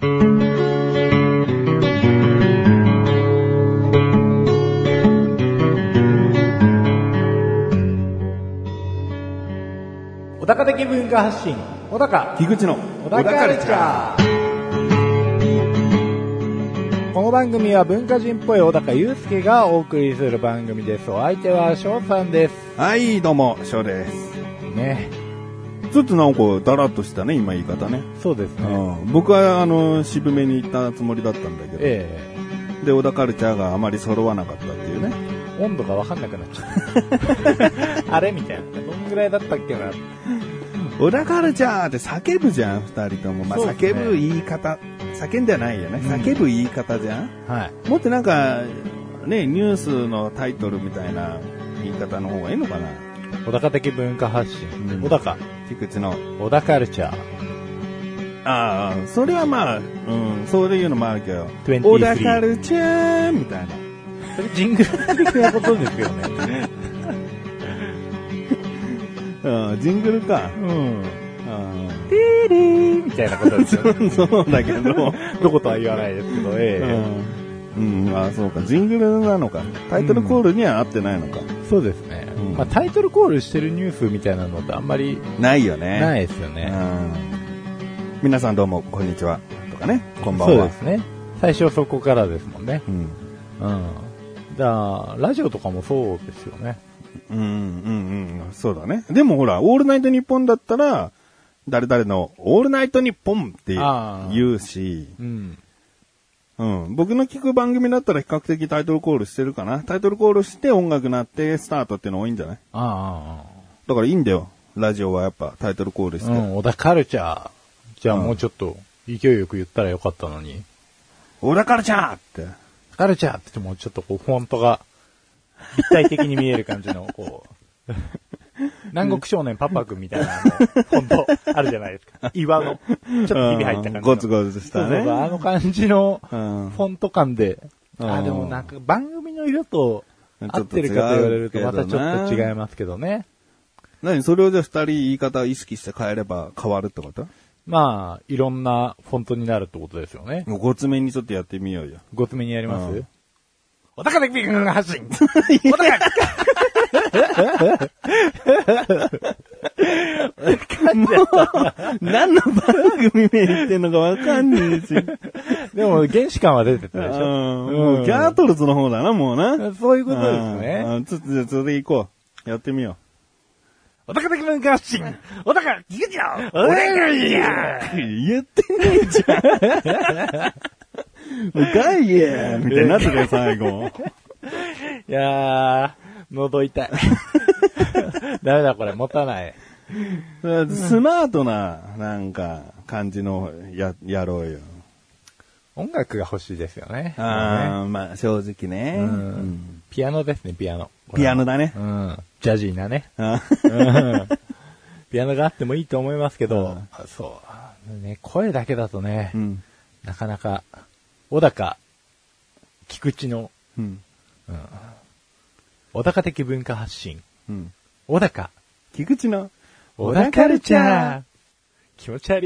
小高的文化発信、小高菊池の小高カルチャー。この番組は文化人っぽい小高祐介がお送りする番組です。お相手は翔さんです。 はい、どうも翔ですね。 ちょっとなんかダラッとしたね、今言い方ね。 そうですね。 僕は渋めに言ったつもりだったんだけど、で小田カルチャーがあまり揃わなかったっていうね。 温度が分かんなくなっちゃったあれみたいな、どんぐらいだったっけな。 小田カルチャーって叫ぶじゃん、二人とも。まあ、叫ぶ言い方、叫んではないよね、叫ぶ言い方じゃん、はい。もっとなんかね、ニュースのタイトルみたいな言い方の方がいいのかな。 小高的文化発信、小高菊池の小田カルチャー。 ああ、それはまあ、そういうのもあるけど、 23 小田カルチャーみたいな。 それジングル的なことですよね。 ジングルか。 ティーリーみたいなことですよね。 そうだけど。 どことは言わないですけど、 ああ、そうか。ジングルなのか。タイトルコールには合ってないのか。 そうですね。まあ、タイトルコールしてるニュースみたいなのってあんまりないよね。 ないですよね。 皆さんどうもこんにちはとかね。こんばんは。 そうですね。最初そこからですもんね。だからラジオとかもそうですよね。 そうだね。でもほら、オールナイトニッポンだったら、誰々のオールナイトニッポンって言うし、僕の聞く番組だったら比較的タイトルコールしてるかな。タイトルコールして音楽鳴ってスタートっていうの多いんじゃない？だからいいんだよ。ラジオはやっぱタイトルコールして。 小田カルチャー。じゃあもうちょっと勢いよく言ったらよかったのに。 小田カルチャーって。 カルチャーって言ってもちょっとこうフォントが立体的に見える感じのこう南国少年パパ君みたいなフォントあるじゃないですか。岩のちょっとひび入った感じのゴツゴツしたね。 そうあの感じのフォント感で、でもなんか番組の色と合ってるかと言われるとまたちょっと違いますけどね。 何それをじゃあ二人言い方意識して変えれば変わるってこと？まあいろんなフォントになるってことですよね。 ごつめにちょっとやってみようよ。 ごつめにやります？小高的文化発信。小高何の番組名言ってんのかわかんねえし。 でも原始感は出てたでしょ。 ギャートルズの方だな、もうな。 そういうことですね。 ちょっとそれで行こう。やってみよう。小高的文化発信。小高菊池の小高言ってねえじゃん。ガイエーみたいになってたよ、最後。 いやー、喉痛い。ダメだ、これ、持たない。 スマートな、なんか、感じのやろうよ。 音楽が欲しいですよね。 まあ、正直ね。 ピアノですね、ピアノ。 ピアノだね。 ジャジーなね。ピアノがあってもいいと思いますけど、そうね、声だけだとね、なかなか、小高、菊池の、小高的文化発信、小高、 菊池の小高カルチャー。気持ち悪い。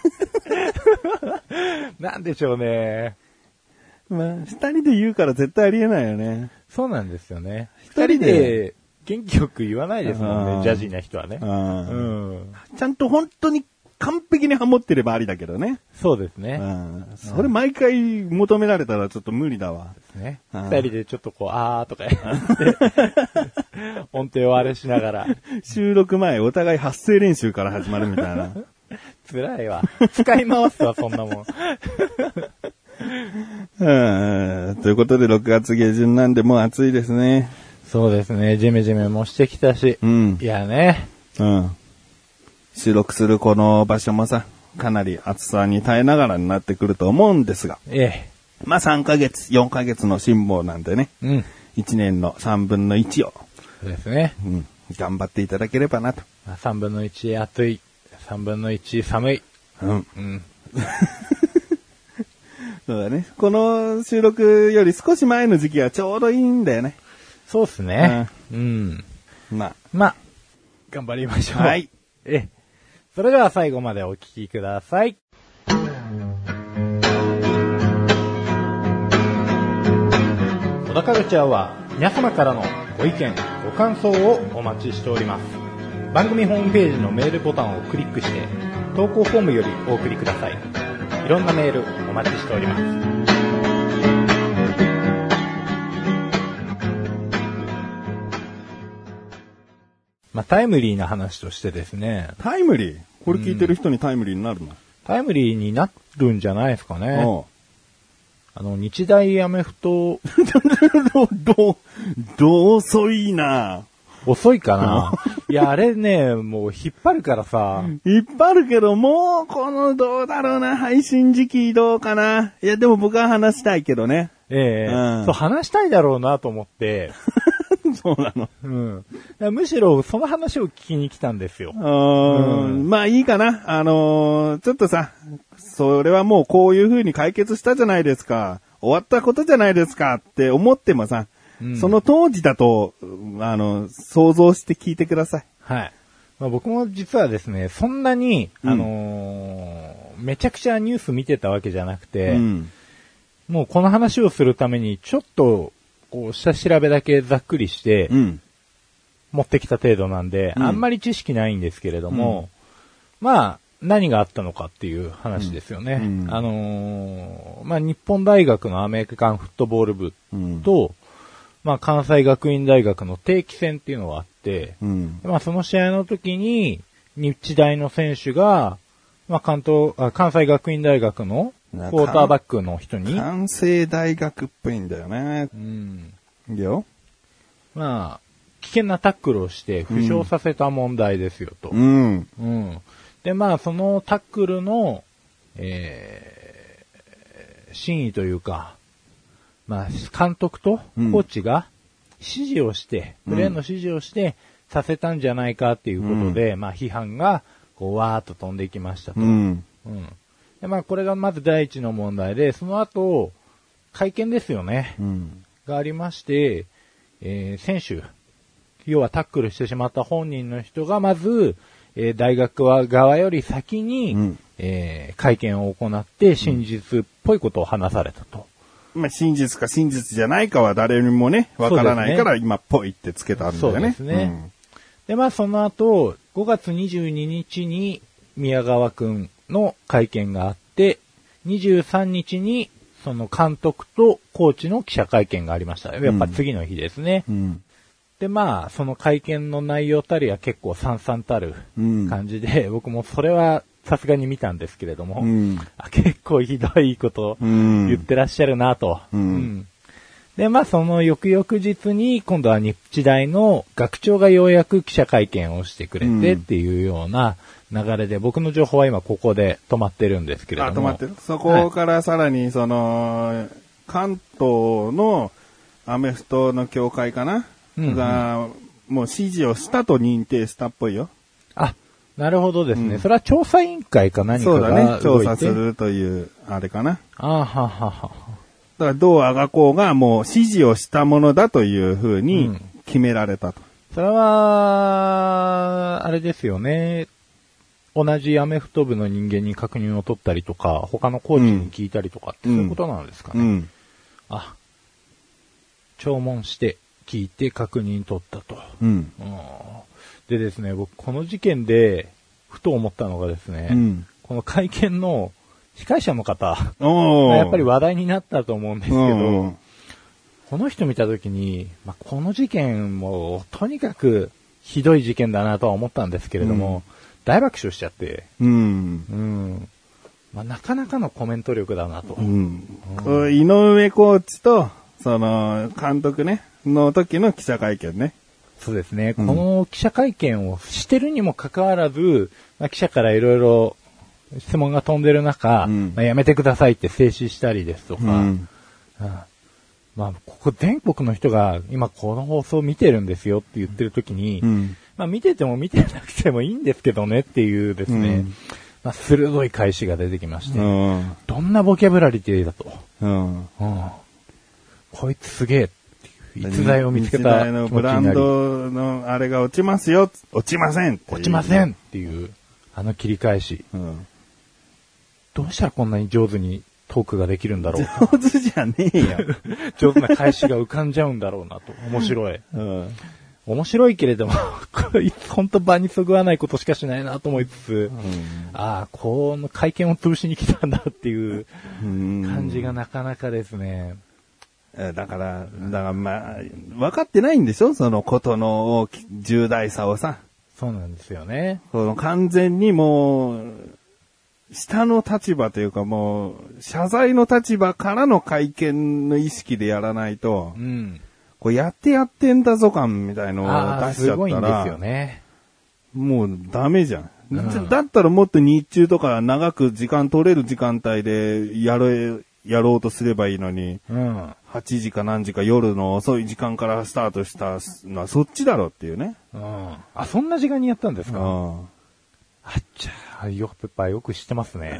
なんでしょうね。 まあ、二人で言うから絶対ありえないよね。 そうなんですよね。二人で元気よく言わないですもんね、ジャジーな人はね。 ちゃんと本当に完璧にハモってればありだけどね。 そうですね。 それ毎回求められたらちょっと無理だわ。 ですね。二人でちょっとこう、あーとか言って、音程をあれしながら。 収録前お互い発声練習から始まるみたいな。 辛いわ。使い回すわ、そんなもん。 ということで6月下旬なんでもう暑いですね。 そうですね。ジメジメもしてきたし。いやね。 収録するこの場所もさ、かなり暑さに耐えながらになってくると思うんですが。まあ3ヶ月、4ヶ月の辛抱なんでね。1年の3分の1を。 そうですね。 頑張っていただければなと。 3分の1暑い。3分の1寒い。 そうだね。この収録より少し前の時期はちょうどいいんだよね。 そうっすね。まあ、頑張りましょう。 はい。 それでは最後までお聞きください。 小田カルチャーは皆様からのご意見、ご感想をお待ちしております。番組ホームページのメールボタンをクリックして投稿フォームよりお送りください。いろんなメールお待ちしております。タイムリーな話としてですね。 タイムリー？これ聞いてる人にタイムリーになるの？ タイムリーになるんじゃないですかね。日大アメフト遅いな。 遅いかな。いや、あれね、もう引っ張るからさ。 引っ張るけど、もう、どうだろうな、配信時期どうかな。いや、でも僕は話したいけどね。 そう、話したいだろうなと思って。 そうなの。 むしろ、その話を聞きに来たんですよ。 まあいいかな。ちょっとさ、それはもうこういう風に解決したじゃないですか。終わったことじゃないですかって思ってもさ、その当時だと、想像して聞いてください。 はい。僕も実はですね、そんなに、めちゃくちゃニュース見てたわけじゃなくて、もうこの話をするために、ちょっと、下調べだけざっくりして、持ってきた程度なんで、あんまり知識ないんですけれども、何があったのかっていう話ですよね。日本大学のアメリカンフットボール部と、関西学院大学の定期戦っていうのがあって、その試合の時に、日大の選手が、関西学院大学のクォーターバックの人に。 関西大学っぽいんだよね。いいよ。 危険なタックルをして負傷させた問題ですよと。で、そのタックルの、真意というか、監督とコーチが指示をして、プレーの指示をしてさせたんじゃないかっていうことで、批判が、わーっと飛んでいきましたと。で、これがまず第一の問題で、その後、会見ですよね。がありまして、選手、要はタックルしてしまった本人の人がまず、大学側より先に、会見を行って真実っぽいことを話されたと。 真実か真実じゃないかは誰にもね、わからないから、今っぽいってつけたんだよね。 そうですね。で、その後、5月22日に宮川くんの会見があって、23日にその監督とコーチの記者会見がありました。やっぱ次の日ですね。で、その会見の内容たりは結構さんさんたる感じで、僕もそれはさすがに見たんですけれども、結構ひどいこと言ってらっしゃるなと。で、その翌々日に今度は日大の学長がようやく記者会見をしてくれてっていうような流れで、僕の情報は今ここで止まってるんですけれども。 止まってる。そこからさらに関東のアメフトの協会かな、が、もう指示をしたと認定したっぽいよ。 なるほどですね。それは調査委員会か何かが動いて。 そうだね。調査するという、あれかな。 だから、どうあがこうがもう指示をしたものだというふうに決められたと。 それは、あれですよね。同じアメフト部の人間に確認を取ったりとか、他のコーチに聞いたりとかって、そういうことなんですかね。聴聞して聞いて確認取ったと。でですね、僕この事件でふと思ったのがですね、この会見の司会者の方、やっぱり話題になったと思うんですけど、この人見たときに、この事件もとにかくひどい事件だなとは思ったんですけれども、大爆笑しちゃって、なかなかのコメント力だなと。 井上コーチと、その監督ね、の時の記者会見ね。 そうですね。この記者会見をしてるにもかかわらず、記者からいろいろ質問が飛んでる中、やめてくださいって制止したりですとか、ここ全国の人が今この放送を見てるんですよって言ってる時に、見てても見てなくてもいいんですけどねっていうですね、鋭い返しが出てきまして、どんなボキャブラリティだと。こいつすげえ。逸材を見つけた気持ちになり。 ブランドのあれが落ちますよ。落ちません。 落ちませんっていう、切り返し。どうしたらこんなに上手にトークができるんだろう。 上手じゃねえよ。 上手な返しが浮かんじゃうんだろうなと。面白い。面白いけれども、これ本当場にそぐわないことしかしないなと思いつつ、この会見を潰しに来たんだっていう感じがなかなかですね。 だからまあ、分かってないんでしょそのことの重大さをさ。 そうなんですよね。 完全にもう、下の立場というかもう、謝罪の立場からの会見の意識でやらないと、こうやってんだぞ感みたいのを出しちゃったら、すごいんですよね。もうダメじゃん。だったらもっと日中とか長く時間取れる時間帯でやろうとすればいいのに、8時か何時か夜の遅い時間からスタートしたのはそっちだろっていうね。 そんな時間にやったんですか？やっぱよく知ってますね。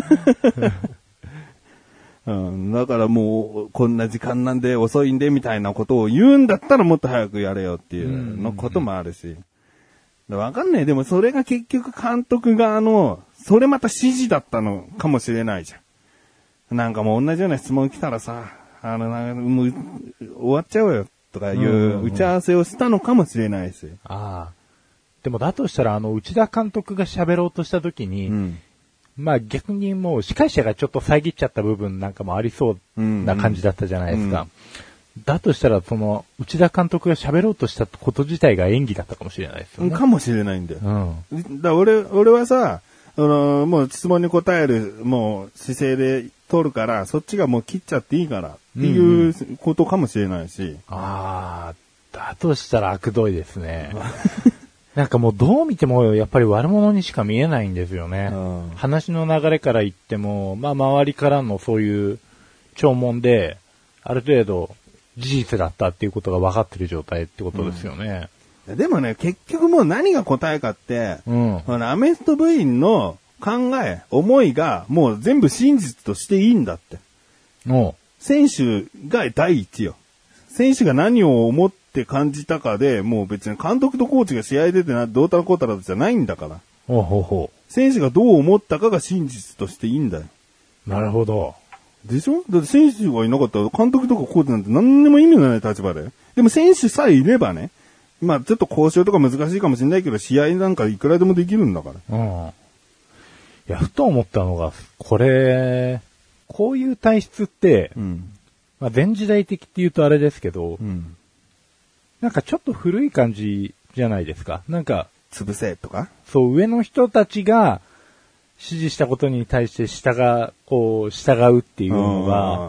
だからもう、こんな時間なんで遅いんでみたいなことを言うんだったらもっと早くやれよっていうのこともあるし。わかんない。でもそれが結局監督側の、それまた指示だったのかもしれないじゃん。なんかもう同じような質問来たらさ、もう終わっちゃうよとかいう打ち合わせをしたのかもしれないし。 でもだとしたら内田監督が喋ろうとした時に、まあ逆にもう司会者がちょっと遮っちゃった部分なんかもありそうな感じだったじゃないですか。だとしたら内田監督が喋ろうとしたこと自体が演技だったかもしれないですよね。かもしれないんだよ。だから俺はさ、もう質問に答えるもう姿勢で取るからそっちがもう切っちゃっていいからっていうことかもしれないし。 だとしたら悪どいですね。なんかもうどう見てもやっぱり悪者にしか見えないんですよね。話の流れから言っても、まあ周りからのそういう聴聞で、ある程度事実だったっていうことが分かってる状態ってことですよね。 でもね、結局もう何が答えかって、アメフト部員の考え、思いがもう全部真実としていいんだって。選手が第一よ。選手が何を思って感じたかで、もう別に監督とコーチが試合出てどうたらこうたらじゃないんだから。選手がどう思ったかが真実としていいんだよ。 なるほど。 でしょ？だって選手がいなかったら監督とかコーチなんて何にも意味のない立場で。でも選手さえいればね、まあちょっと交渉とか難しいかもしれないけど、試合なんかいくらでもできるんだから。 いや、ふと思ったのが、こういう体質って、まあ前時代的って言うとあれですけど、なんかちょっと古い感じじゃないですか。なんか、 潰せとか？ そう、上の人たちが指示したことに対して従うっていうのが、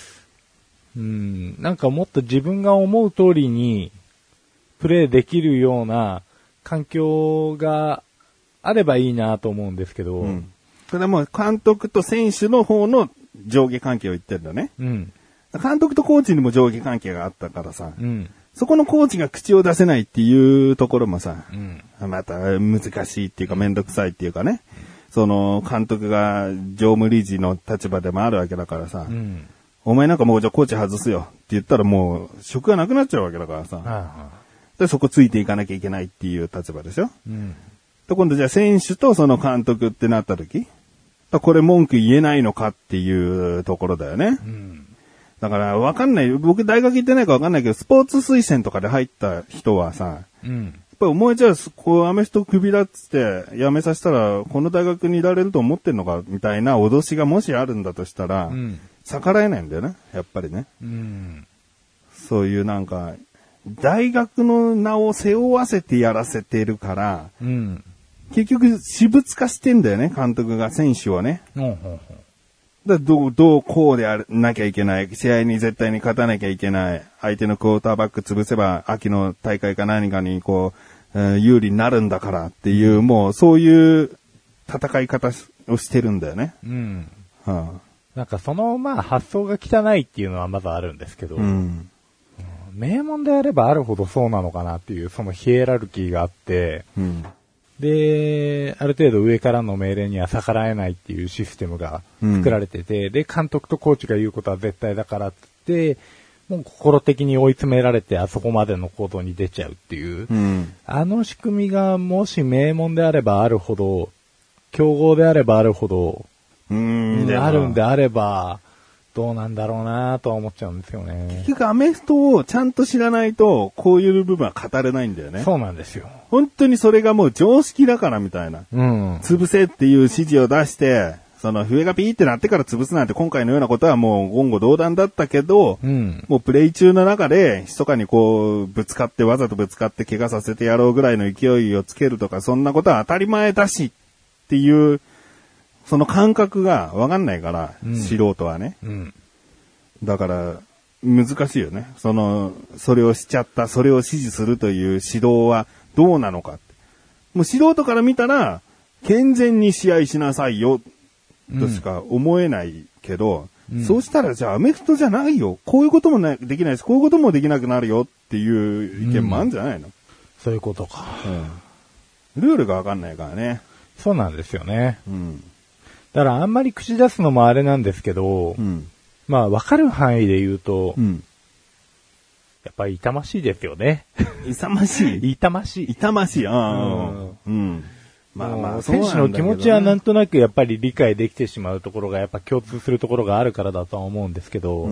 なんかもっと自分が思う通りにプレーできるような環境があればいいなと思うんですけど、 それはもう監督と選手の方の上下関係を言ってるんだね。監督とコーチにも上下関係があったからさ、そこのコーチが口を出せないっていうところもさ、また難しいっていうかめんどくさいっていうかね、その監督が常務理事の立場でもあるわけだからさ、お前なんかもうじゃあコーチ外すよって言ったらもう職がなくなっちゃうわけだからさ、でそこついていかなきゃいけないっていう立場でしょ。で今度じゃあ選手とその監督ってなった時、これ文句言えないのかっていうところだよね。だからわかんない。僕大学行ってないかわかんないけど、スポーツ推薦とかで入った人はさ、やっぱり思いじゃあ、こうアメフトクビだっつって辞めさせたら、この大学にいられると思ってんのかみたいな脅しがもしあるんだとしたら、逆らえないんだよね。やっぱりね。そういうなんか、大学の名を背負わせてやらせてるから、結局私物化してんだよね、監督が選手をね。どうこうであなきゃいけない。試合に絶対に勝たなきゃいけない。相手のクォーターバック潰せば、秋の大会か何かに有利になるんだからっていう、もうそういう戦い方をしてるんだよね。 なんか発想が汚いっていうのはまだあるんですけど、名門であればあるほどそうなのかなっていう、そのヒエラルキーがあって、で、ある程度上からの命令には逆らえないっていうシステムが作られてて、で、監督とコーチが言うことは絶対だからって、もう心的に追い詰められてあそこまでの行動に出ちゃうっていう、あの仕組みがもし名門であればあるほど、強豪であればあるほどあるんであれば、どうなんだろうなとは思っちゃうんですよね。 結局アメフトをちゃんと知らないと、こういう部分は語れないんだよね。 そうなんですよ。 本当にそれがもう常識だからみたいな。潰せっていう指示を出して、その笛がピーってなってから潰すなんて今回のようなことはもう言語道断だったけど、もうプレイ中の中で密かにこうわざとぶつかって怪我させてやろうぐらいの勢いをつけるとか、そんなことは当たり前だしっていう、その感覚がわかんないから、素人はね。だから、難しいよね。それをしちゃった、それを指示するという指導はどうなのかって。もう素人から見たら、健全に試合しなさいよ、としか思えないけど、そうしたらじゃあアメフトじゃないよ。こういうこともできないし、こういうこともできなくなるよっていう意見もあるんじゃないの？ そういうことか。 ルールがわかんないからね。 そうなんですよね。だからあんまり口出すのもあれなんですけど、まあわかる範囲で言うと、やっぱり痛ましいですよね。 痛ましい痛ましい。 痛ましい。 まあまあ、選手の気持ちはなんとなくやっぱり理解できてしまうところがやっぱ共通するところがあるからだとは思うんですけど、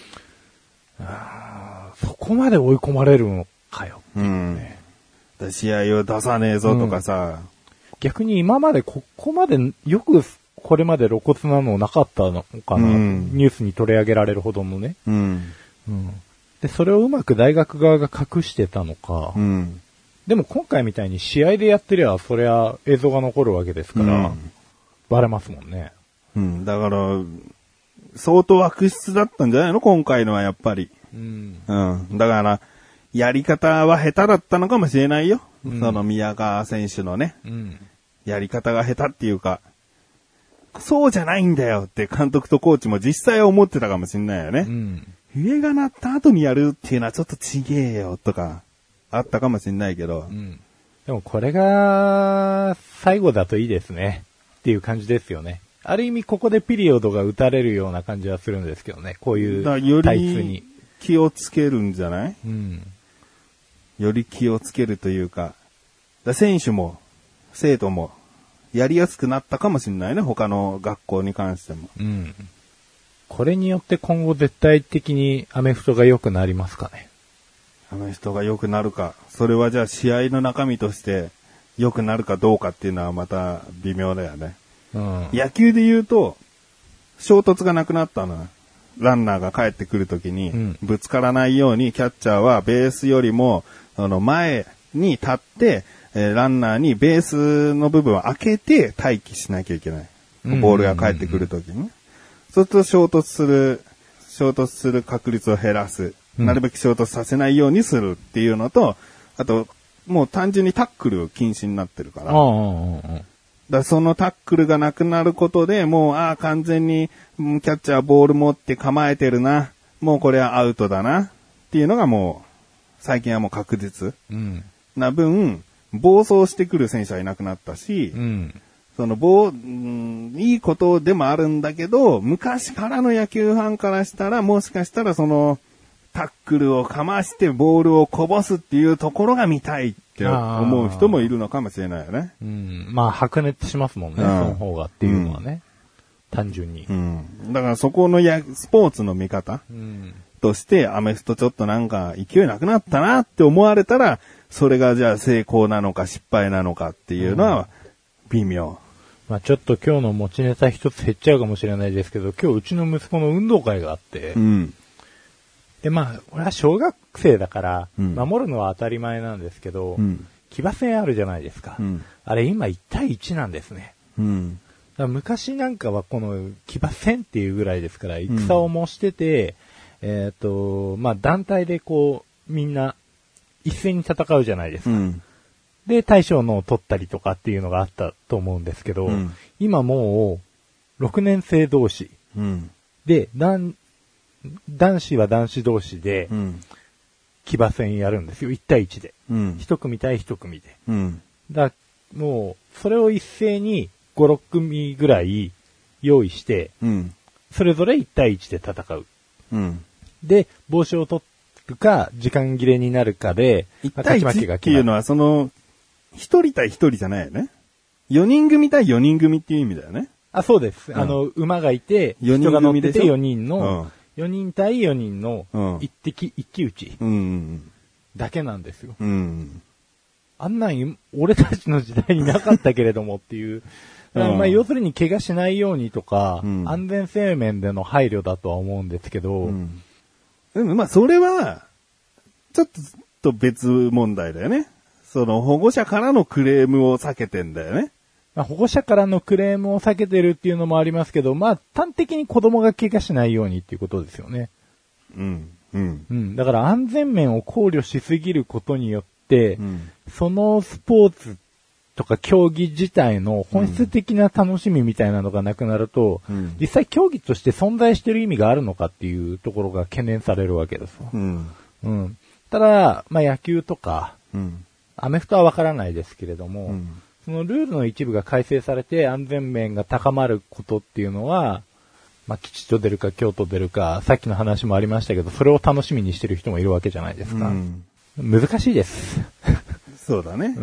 そこまで追い込まれるのかよっていうね。 試合を出さねえぞとかさ。 逆に今までここまでよくこれまで露骨なのなかったのかな、ニュースに取り上げられるほどのね。で、それをうまく大学側が隠してたのか、でも今回みたいに試合でやってりゃ、そりゃ映像が残るわけですから、バレますもんね。 だから、相当悪質だったんじゃないの今回のはやっぱり。だから、やり方は下手だったのかもしれないよ。その宮川選手のね、やり方が下手っていうか、そうじゃないんだよって監督とコーチも実際は思ってたかもしれないよね。笛が鳴った後にやるっていうのはちょっとちげえよとか。あったかもしれないけど、 でもこれが最後だといいですねっていう感じですよね。ある意味ここでピリオドが打たれるような感じはするんですけどね。こういう体質に。 より気をつけるんじゃない？より気をつけるというか、選手も生徒もやりやすくなったかもしれないね。他の学校に関しても。 これによって今後絶対的にアメフトが良くなりますかね。 アメフトが良くなるか。それはじゃあ試合の中身として良くなるかどうかっていうのはまた微妙だよね。野球で言うと、衝突がなくなったのは、ランナーが帰ってくるときに、ぶつからないようにキャッチャーはベースよりも、前に立って、ランナーにベースの部分を開けて待機しなきゃいけない。ボールが帰ってくるときに。そうすると衝突する確率を減らす。なるべく衝突させないようにするっていうのと、あと、もう単純にタックル禁止になってるから。だそのタックルがなくなることで、もう、完全に、キャッチャーボール持って構えてるな。もうこれはアウトだな。っていうのがもう、最近はもう確実。な分、暴走してくる選手はいなくなったし、いいことでもあるんだけど、昔からの野球ファンからしたら、もしかしたらタックルをかましてボールをこぼすっていうところが見たいって思う人もいるのかもしれないよね。 まあ白熱しますもんね、その方がっていうのはね。単純に。 だからそこのスポーツの見方としてアメフトちょっとなんか勢いなくなったなって思われたら、それがじゃあ成功なのか失敗なのかっていうのは微妙。 まあちょっと今日の持ちネタ一つ減っちゃうかもしれないですけど、今日うちの息子の運動会があって、で、まあ、俺は小学生だから、守るのは当たり前なんですけど、騎馬戦あるじゃないですか。あれ今1対1なんですね。だから昔なんかはこの騎馬戦っていうぐらいですから、戦を模してて、まあ団体でこう、みんな一斉に戦うじゃないですか。で、大将のを取ったりとかっていうのがあったと思うんですけど、今もう、6年生同士、で、男子は男子同士で、騎馬戦やるんですよ。1対1で。一組対一組で。もう、それを一斉に5、6組ぐらい用意して、それぞれ1対1で戦う。で、帽子を取るか、時間切れになるかで、 1対1っていうのは、一人対一人じゃないよね。4人組対4人組っていう意味だよね。 あ、そうです。馬がいて、人が乗ってて4人の、4人対4人の一騎打ちだけなんですよ。あんなん俺たちの時代になかったけれどもっていう。まあ要するに怪我しないようにとか、安全性面での配慮だとは思うんですけど。 でもまあそれは、ちょっと別問題だよね。その保護者からのクレームを避けてんだよね。 保護者からのクレームを避けてるっていうのもありますけど、まあ端的に子供が怪我しないようにっていうことですよね。だから安全面を考慮しすぎることによって、そのスポーツとか競技自体の本質的な楽しみみたいなのがなくなると、実際競技として存在している意味があるのかっていうところが懸念されるわけですよ。ただ、まあ野球とか、アメフトはわからないですけれども、そのルールの一部が改正されて安全面が高まることっていうのは、まあ吉と出るか京と出るか、さっきの話もありましたけど、それを楽しみにしてる人もいるわけじゃないですか。難しいです。 そうだね。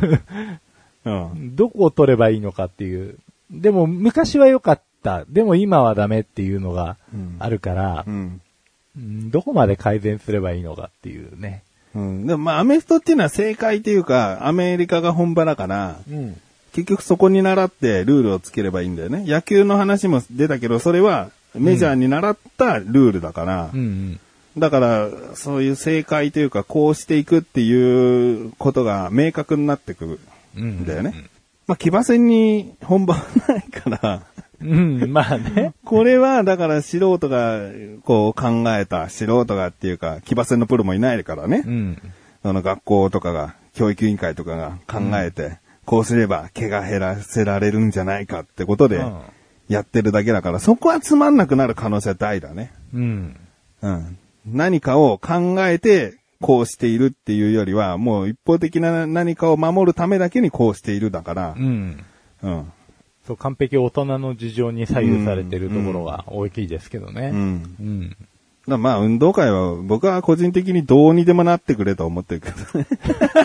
どこを取ればいいのかっていう。でも昔は良かった。でも今はダメっていうのがあるから、どこまで改善すればいいのかっていうね。 でもまあアメフトっていうのは正解というか、アメリカが本場だから、結局そこに習ってルールをつければいいんだよね。野球の話も出たけど、それはメジャーに習ったルールだから、だからそういう正解というか、こうしていくっていうことが明確になってくるんだよね。まあ騎馬戦に本場はないから、 まあね。 これは、だから素人が、こう考えた、素人がっていうか、騎馬戦のプロもいないからね。その学校とかが、教育委員会とかが考えて、こうすれば怪我減らせられるんじゃないかってことで、やってるだけだから、そこはつまんなくなる可能性は大だね。何かを考えて、こうしているっていうよりは、もう一方的な何かを守るためだけにこうしているだから、 そう、完璧大人の事情に左右されてるところが大きいですけどね。 まあ、運動会は、僕は個人的にどうにでもなってくれと思ってるけどね。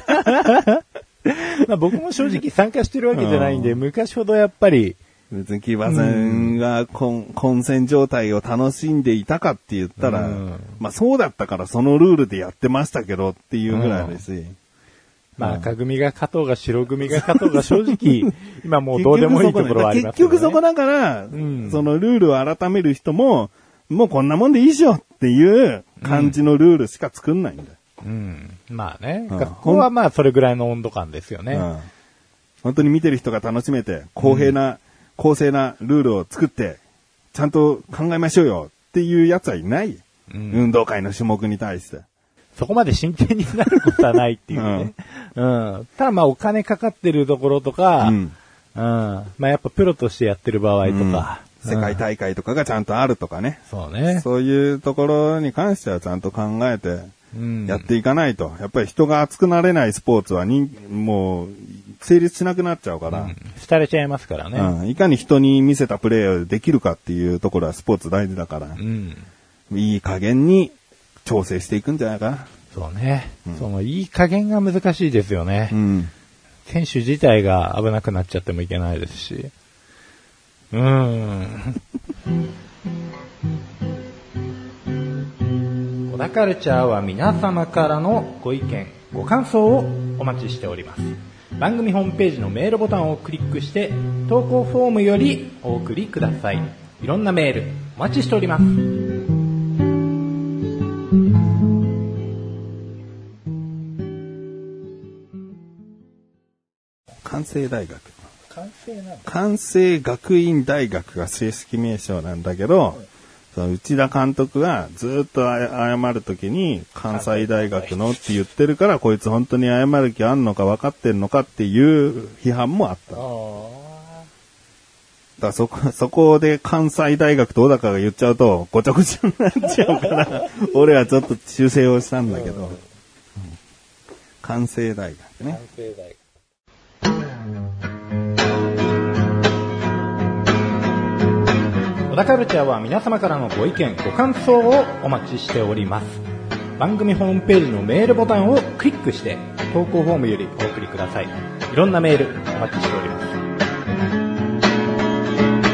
まあ僕も正直参加してるわけじゃないんで、昔ほどやっぱり、 別に騎馬戦が混戦状態を楽しんでいたかって言ったら、まあそうだったからそのルールでやってましたけどっていうぐらいですし。 まあ赤組が勝とうが白組が勝とうが正直、今もうどうでもいいところはありますけどね。 結局そこだから、そのルールを改める人も、もうこんなもんでいいっしょっていう感じのルールしか作んないんだよ。 まあね。ここはまあそれぐらいの温度感ですよね。 本当に見てる人が楽しめて、公正なルールを作って、ちゃんと考えましょうよっていうやつはいない。運動会の種目に対して。 そこまで真剣になることはないっていうね。ただまあお金かかってるところとか、まあやっぱプロとしてやってる場合とか、 世界大会とかがちゃんとあるとかね。 そうね。 そういうところに関してはちゃんと考えてやっていかないと、やっぱり人が熱くなれないスポーツはもう成立しなくなっちゃうから。 廃れちゃいますからね。 いかに人に見せたプレーをできるかっていうところはスポーツ大事だから、いい加減に調整していくんじゃないかな。 そうね。そのいい加減が難しいですよね。選手自体が危なくなっちゃってもいけないですし。小田カルチャーは皆様からのご意見、ご感想をお待ちしております。番組ホームページのメールボタンをクリックして投稿フォームよりお送りください。いろんなメールお待ちしております。 関西大学。関西学院大学が正式名称なんだけど、その内田監督がずっと謝るときに関西大学のって言ってるから、こいつ本当に謝る気あんのか分かってんのかっていう批判もあった。だからそこで関西大学と小高が言っちゃうとごちゃごちゃになっちゃうから俺はちょっと修正をしたんだけど、関西大学ね。関西大学。小田カルチャーは皆様からのご意見ご感想をお待ちしております。番組ホームページのメールボタンをクリックして投稿フォームよりお送りください。いろんなメールお待ちしております。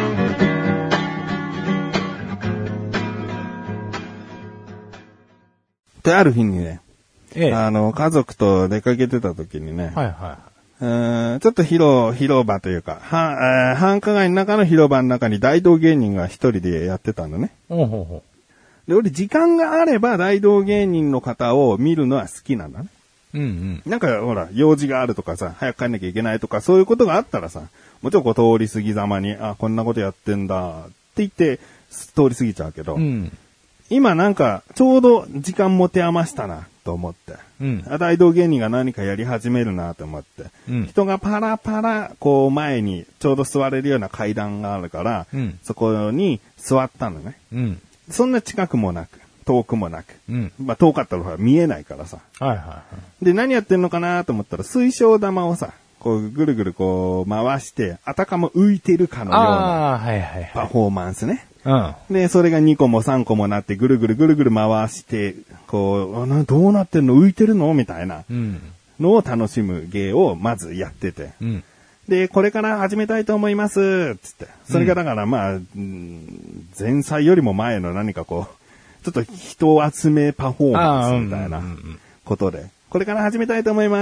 で、ある日にね、家族と出かけてた時にね、ちょっと広場というか、繁華街の中の広場の中に大道芸人が一人でやってたのね。で、俺時間があれば大道芸人の方を見るのは好きなんだね。なんかほら、用事があるとかさ、早く帰んなきゃいけないとか、そういうことがあったらさ、もちろんこう通り過ぎざまに、こんなことやってんだって言って通り過ぎちゃうけど、今なんかちょうど時間持て余したなと思って、大道芸人が何かやり始めるなと思って、人がパラパラこう前にちょうど座れるような階段があるから、そこに座ったのね。そんな近くもなく、遠くもなく。まあ遠かったら見えないからさ。で、何やってんのかなと思ったら、水晶玉をさ、こうぐるぐるこう回して、あたかも浮いてるかのようなパフォーマンスね。で、それが2個も3個もなって、ぐるぐる回して、こう、どうなってんの浮いてるのみたいなのを楽しむ芸をまずやってて。で、これから始めたいと思います、つって。それがだからまあ、前菜よりも前の何かこう、ちょっと人を集めパフォーマンスみたいなことで、これから始めたいと思います、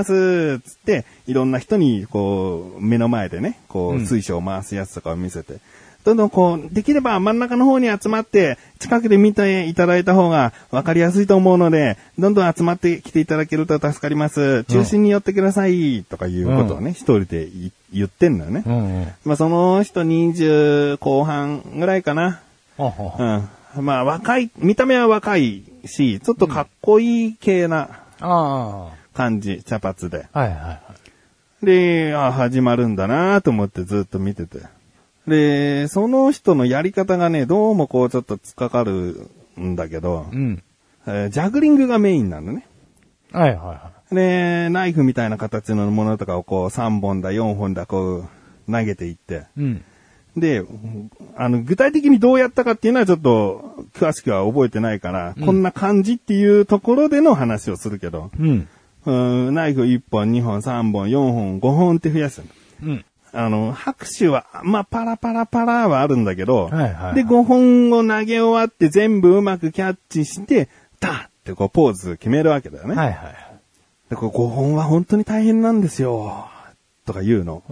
つって、いろんな人にこう、目の前でね、こう、水晶を回すやつとかを見せて、どんどんこう、できれば真ん中の方に集まって、近くで見ていただいた方が分かりやすいと思うので、どんどん集まってきていただけると助かります。中心に寄ってください。とかいうことをね、一人で言ってんのよね。まあその人20後半ぐらいかな。まあ見た目は若いし、ちょっとかっこいい系な感じ、茶髪で。で、始まるんだなと思ってずっと見てて。で、その人のやり方がね、どうもこうちょっと突っかかるんだけど、ジャグリングがメインなのね。で、ナイフみたいな形のものとかをこう3本だ4本だこう投げていって、で、具体的にどうやったかっていうのはちょっと詳しくは覚えてないから、こんな感じっていうところでの話をするけど、ナイフ1本、2本、3本、4本、5本って増やしたの。拍手は、まあ、パラパラパラはあるんだけど、で、5本を投げ終わって全部うまくキャッチして、ダーってこうポーズ決めるわけだよね。で、これ5本は本当に大変なんですよ、とか言うの。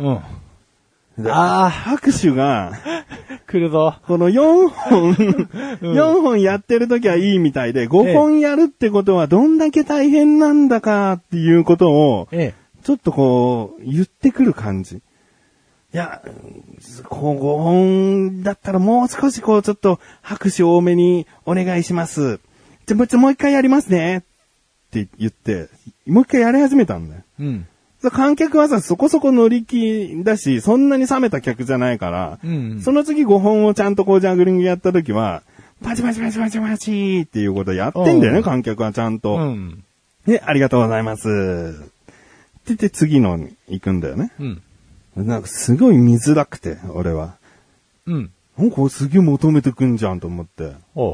拍手が、 来るぞ。 この4本、4本やってる時はいいみたいで、5本やるってことはどんだけ大変なんだかっていうことを、ちょっとこう、言ってくる感じ。いや、こう5本だったらもう少しこうちょっと拍手多めにお願いします。もう一回やりますね。って言って、もう一回やり始めたんだよ。観客はさ、そこそこ乗り気だし、そんなに冷めた客じゃないから、その次5本をちゃんとこうジャグリングやった時は、パチパチパチパチパチっていうことやってんだよね、観客はちゃんと。で、ありがとうございます。って言って次のに行くんだよね。なんかすごい見づらくて、俺は。なんかすげえ求めてくんじゃんと思って。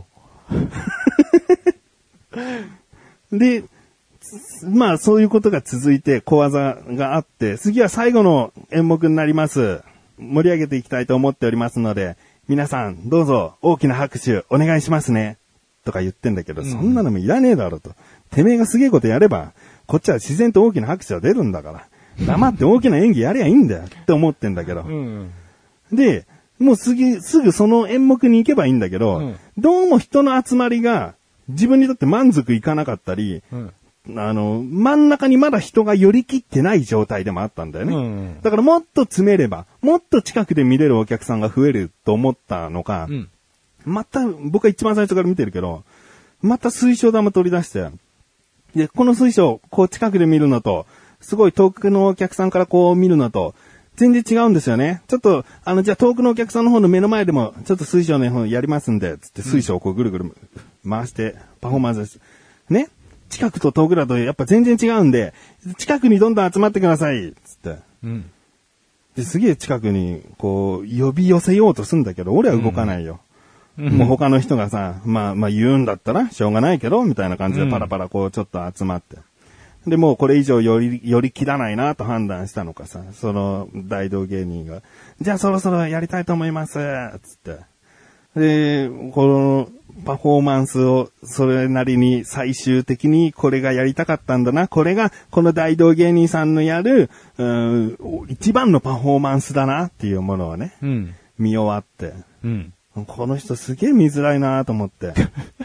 で、まあそういうことが続いて小技があって、次は最後の演目になります。盛り上げていきたいと思っておりますので、皆さんどうぞ大きな拍手お願いしますね。とか言ってんだけど、そんなのもいらねえだろうと。てめえがすげえことやれば、こっちは自然と大きな拍手は出るんだから。黙って大きな演技やりゃいいんだよって思ってんだけど。で、もうすぐその演目に行けばいいんだけど、どうも人の集まりが自分にとって満足いかなかったり、真ん中にまだ人が寄り切ってない状態でもあったんだよね。だからもっと詰めれば、もっと近くで見れるお客さんが増えると思ったのか、また、僕は一番最初から見てるけど、また水晶玉取り出して、で、この水晶、こう近くで見るのと、すごい遠くのお客さんからこう見るのと、全然違うんですよね。ちょっと、じゃあ遠くのお客さんの方の目の前でも、ちょっと水晶の方やりますんで、つって水晶をこうぐるぐる回して、パフォーマンスです。ね？近くと遠くだとやっぱ全然違うんで、近くにどんどん集まってください、つって。で、すげえ近くに、こう、呼び寄せようとするんだけど、俺は動かないよ。もう他の人がさ、まあ言うんだったらしょうがないけど、みたいな感じでパラパラこうちょっと集まって。で、もうこれ以上寄り切らないなと判断したのかさ、その大道芸人が、じゃあそろそろやりたいと思います、つって。で、このパフォーマンスをそれなりに最終的にこれがやりたかったんだな。これがこの大道芸人さんのやる、一番のパフォーマンスだなっていうものをね、見終わって、この人すげえ見づらいなと思って。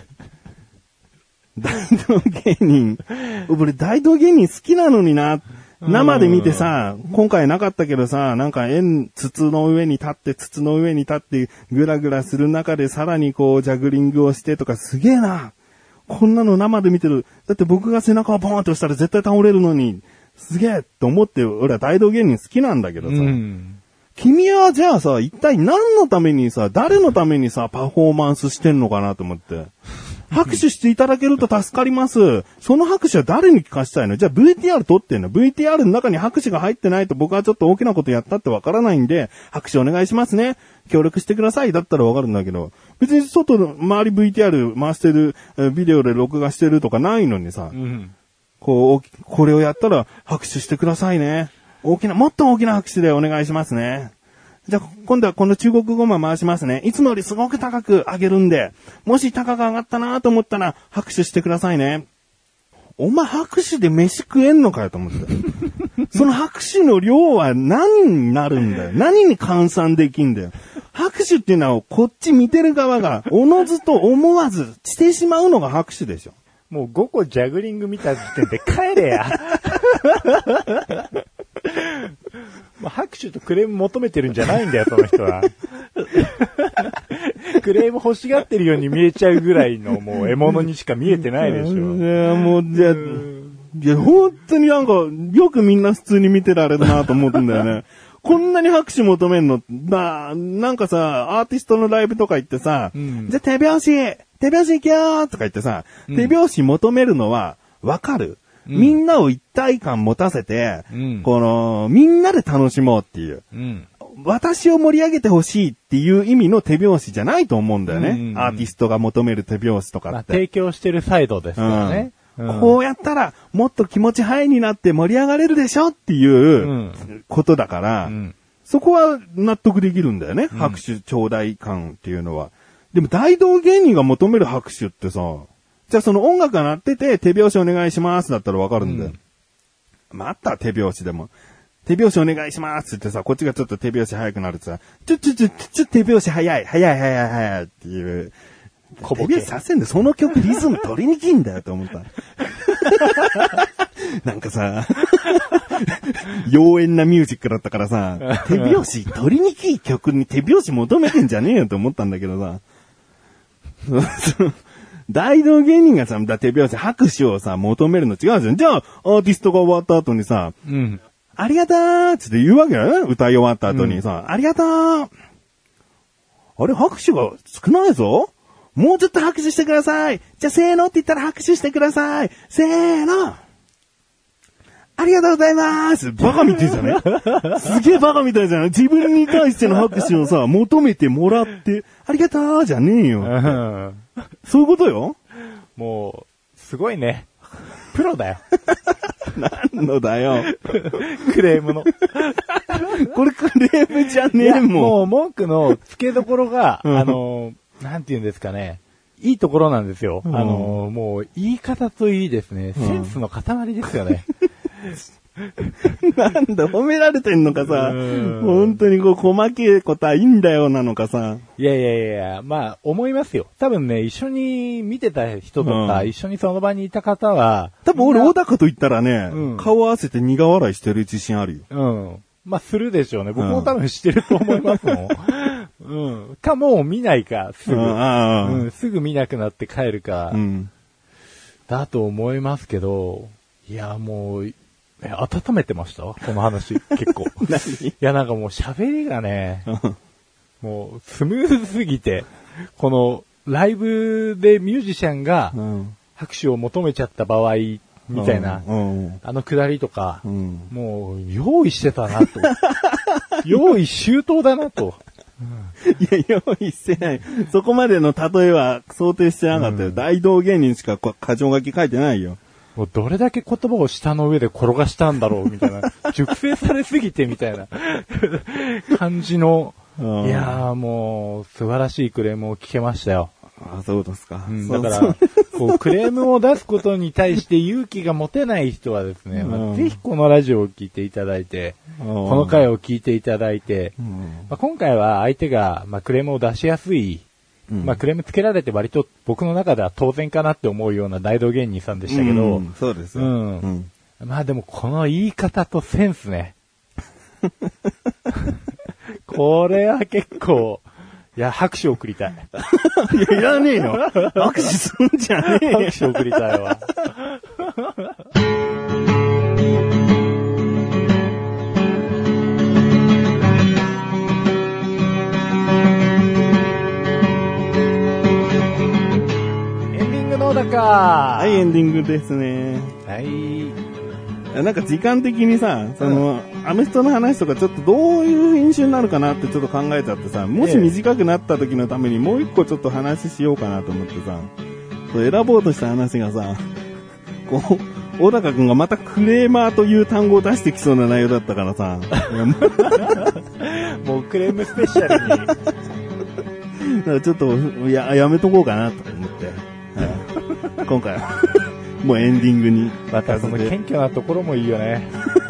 大道芸人、俺大道芸人好きなのにな。生で見てさ、今回なかったけどさ、なんか筒の上に立ってぐらぐらする中でさらにこうジャグリングをしてとかすげえな。こんなの生で見てる。だって僕が背中をポーンと押したら絶対倒れるのに、すげえと思って俺は大道芸人好きなんだけどさ。君はじゃあさ、一体何のためにさ、誰のためにさ、パフォーマンスしてんのかなと思って。拍手していただけると助かります。その拍手は誰に聞かしたいの？じゃあ VTR 撮ってんの？ VTR の中に拍手が入ってないと僕はちょっと大きなことやったってわからないんで、拍手お願いしますね。協力してください。だったらわかるんだけど、別に外の周り VTR 回してる、ビデオで録画してるとかないのにさ、これをやったら拍手してくださいね。もっと大きな拍手でお願いしますね。じゃあ、今度はこの中国語も回しますね。いつもよりすごく高く上げるんで、もし高く上がったなと思ったら拍手してくださいね。お前拍手で飯食えんのかよと思って。その拍手の量は何になるんだよ。何に換算できんだよ。拍手っていうのはこっち見てる側がおのずと思わずしてしまうのが拍手でしょ。 もう5個ジャグリング見た時点で帰れや。拍手とクレーム求めてるんじゃないんだよ、その人は。クレーム欲しがってるように見えちゃうぐらいのもう獲物にしか見えてないでしょ。 いや、もう、いや、本当になんか、よくみんな普通に見てられるなと思うんだよね。こんなに拍手求めんの、なんかさ、アーティストのライブとか行ってさ、じゃあ手拍子行くよーとか言ってさ、手拍子求めるのはわかる。みんなを一体感持たせて、みんなで楽しもうっていう、私を盛り上げてほしいっていう意味の手拍子じゃないと思うんだよね。アーティストが求める手拍子とかって。 提供してるサイドですからね。 こうやったらもっと気持ちハイになって盛り上がれるでしょっていうことだから、そこは納得できるんだよね。拍手ちょうだい感っていうのは。でも大道芸人が求める拍手ってさ、じゃあその音楽が鳴ってて手拍子お願いしますだったらわかるんだよ。また手拍子でも。手拍子お願いしますってさ、こっちがちょっと手拍子早くなるとさ、ちょ手拍子早いっていう。手拍子させんで、その曲リズム取りにくいんだよと思った。なんかさ、妖艶なミュージックだったからさ、手拍子取りにくい曲に手拍子求めてんじゃねえよと思ったんだけどさ。大道芸人がさ、手拍子、拍手をさ、求めるの違うじゃん。じゃあ、アーティストが終わった後にさ、ありがとうって言うわけだよね。歌い終わった後にさ、ありがとう。あれ、拍手が少ないぞ。もうちょっと拍手してください。じゃあ、せーのって言ったら拍手してください。せーの。ありがとうございます。バカみたいじゃね？すげえバカみたいじゃない？自分に対しての拍手をさ、求めてもらって、ありがとうじゃねえよ。そういうことよ。 もう、すごいね。プロだよ。 何のだよ。 クレームの。 これクレームじゃねえもん。 もう文句の付けどころが、なんて言うんですかね。いいところなんですよ。もう言い方といいですね。センスの塊ですよね。 なんだ、褒められてんのかさ、本当にこう、細けいことはいいんだよなのかさ。 いや、まあ、思いますよ。多分ね、一緒に見てた人とか、一緒にその場にいた方は、 多分俺、小高と言ったらね、顔合わせて苦笑いしてる自信あるよ。まあ、するでしょうね。僕も多分してると思いますもん。か、もう見ないか、すぐ。すぐ見なくなって帰るか、だと思いますけど、いや、もう、温めてましたこの話、結構。いや、なんかもう喋りがね、もうスムーズすぎて、このライブでミュージシャンが拍手を求めちゃった場合みたいな、あのくだりとか、もう用意してたなと。用意周到だなと。 いや、用意してない。そこまでの例えは想定してなかったよ。大道芸人しか箇条書き書いてないよ。 もうどれだけ言葉を舌の上で転がしたんだろうみたいな、熟成されすぎてみたいな感じの、いやーもう素晴らしいクレームを聞けましたよ。 あ、そうですか。 だから、こう、クレームを出すことに対して勇気が持てない人はですね、ぜひこのラジオを聞いていただいて、この回を聞いていただいて、今回は相手が、クレームを出しやすい、クレームつけられて割と僕の中では当然かなって思うような大道芸人さんでしたけど、 そうですよ。 でもこの言い方とセンスね。これは結構、いや、拍手送りたい。 いや、いらねえよ。拍手すんじゃねえよ。 拍手送りたいわ。エンディングのだか。 はい、エンディングですね。 はい。 なんか時間的にさ、アメフトの話とかちょっとどういう印象になるかなってちょっと考えちゃってさ、もし短くなった時のためにもう一個ちょっと話しようかなと思ってさ、選ぼうとした話がさ、こう、小高くんがまたクレーマーという単語を出してきそうな内容だったからさ、 もうクレームスペシャルに。 だからちょっとやめとこうかなと思って、今回は。もうエンディングに。 またその謙虚なところもいいよね。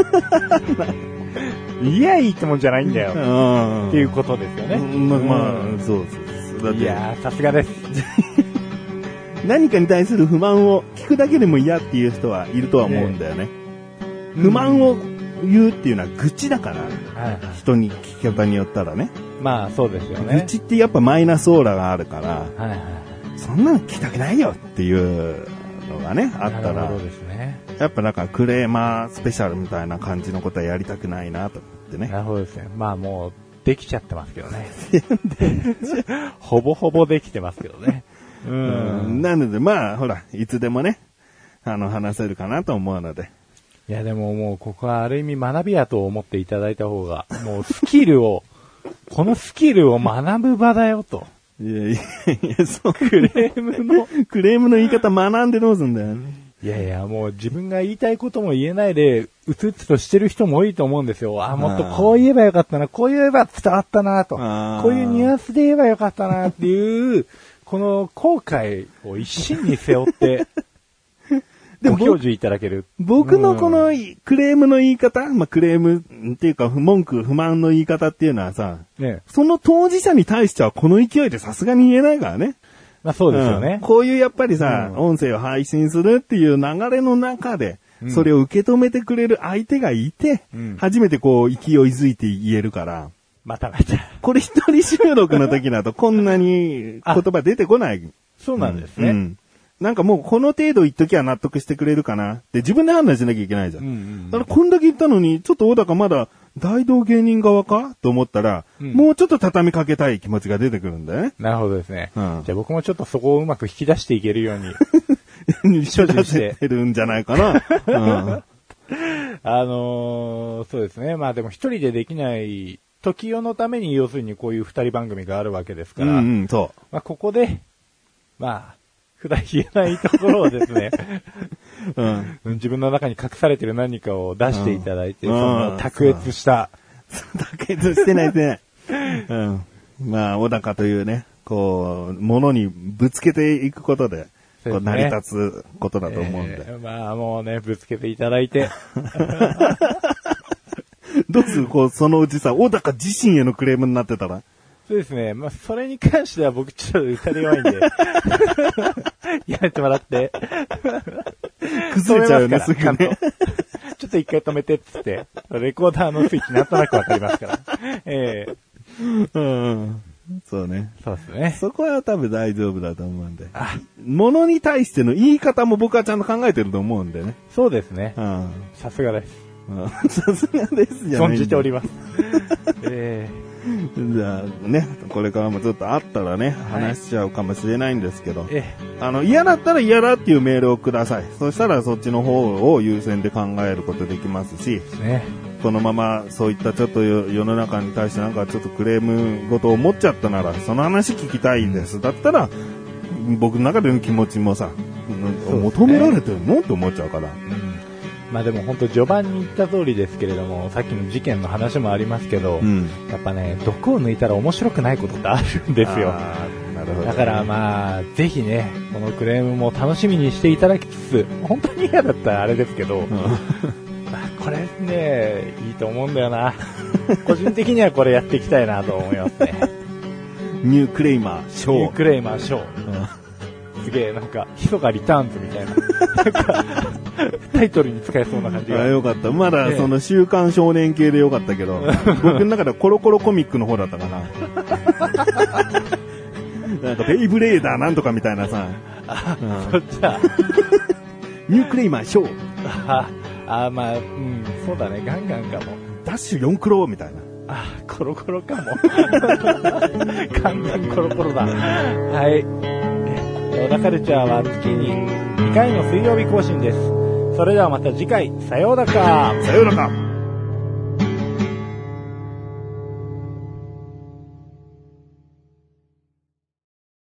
いや、いいってもんじゃないんだよ。っていうことですよね。 そうです。 いやー、さすがです。 何かに対する不満を聞くだけでも嫌っていう人はいるとは思うんだよね。不満を言うっていうのは愚痴だから、人に聞き方によったらね。 まあ、そうですよね。 愚痴ってやっぱマイナスオーラがあるから、そんなの聞きたくないよっていうのがね、あったら、やっぱなんかクレーマースペシャルみたいな感じのことはやりたくないなと思ってね。 なるほどですね。まあもう、できちゃってますけどね。ほぼほぼできてますけどね。 なのでまあ、ほら、いつでもね、話せるかなと思うので。 いやでももう、ここはある意味学びやと思っていただいた方が、もうスキルを、このスキルを学ぶ場だよと。 いや、そう。クレームの言い方学んでどうすんだよね。 いやいや、もう自分が言いたいことも言えないで、うつうつとしてる人も多いと思うんですよ。もっとこう言えばよかったな、こう言えば伝わったなと、こういうニュアンスで言えばよかったなっていう、この後悔を一身に背負って、ご教授いただける。 僕のこのクレームの言い方、クレームっていうか文句、不満の言い方っていうのはさ、その当事者に対してはこの勢いでさすがに言えないからね。 まあそうですよね。 こういうやっぱりさ、音声を配信するっていう流れの中で、それを受け止めてくれる相手がいて、初めてこう勢いづいて言えるから。 また。 これ一人収録の時だとこんなに言葉出てこない。 そうなんですね。 なんかもうこの程度言っときゃ納得してくれるかなって自分で判断しなきゃいけないじゃん。だからこんだけ言ったのに、ちょっと小高まだ大道芸人側かと思ったら、もうちょっと畳みかけたい気持ちが出てくるんだよね。 なるほどですね。じゃあ僕もちょっとそこをうまく引き出していけるように。 一緒出せてるんじゃないかな。 そうですね。まあでも一人でできない時用のために要するにこういう二人番組があるわけですから。 そう。 まあここで、まあ、普段言えないところをですね、自分の中に隠されてる何かを出していただいて、その卓越した。 卓越してないね。まあ、小高というね、こう、ものにぶつけていくことで、こう成り立つことだと思うんで。 まあもうね、ぶつけていただいて。 どうするこう、そのうちさ、小高自身へのクレームになってたら。 そうですね。まあ、それに関しては僕ちょっと歌で弱いんで。やめてもらって。 崩れちゃうよね、すぐね。 ちょっと一回止めてっつって、レコーダーのスイッチなんとなくわかりますから。 そうね。 そうですね。 そこは多分大丈夫だと思うんで。ものに対しての言い方も僕はちゃんと考えてると思うんでね。 そうですね。さすがです。 さすがですじゃない。 存じております。 じゃあね、これからもちょっとあったらね、話しちゃうかもしれないんですけど、嫌だったら嫌だっていうメールをください。そしたらそっちの方を優先で考えることできますし、このままそういったちょっと世の中に対してなんかちょっとクレームごと思っちゃったなら、その話聞きたいです。だったら、僕の中での気持ちもさ、求められてるのって思っちゃうから。 まあでも本当序盤に言った通りですけれども、さっきの事件の話もありますけど、やっぱね、毒を抜いたら面白くないことってあるんですよ。 るほど。 だからまあ、ぜひね、このクレームも楽しみにしていただきつつ、本当に嫌だったらあれですけど、これね、いいと思うんだよな。個人的にはこれやっていきたいなと思いますね。 ニュークレイマーショー。 ニュークレイマーショー。すげえ、なんか、ひそかリターンズみたいな。なんか、タイトルに使えそうな感じが。 よかった。まだその週刊少年系でよかったけど、僕の中ではコロコロコミックの方だったかな。なんかベイブレーダーなんとかみたいなさ。 そっちだ。 ニュークレイマーショー。 まあ、そうだね、ガンガンかも。 ダッシュ4クロみたいな。 コロコロかも。ガンガンコロコロだ。はい。小田カルチャーは月に2回の水曜日更新です。それではまた次回、さようなら。 さようなら。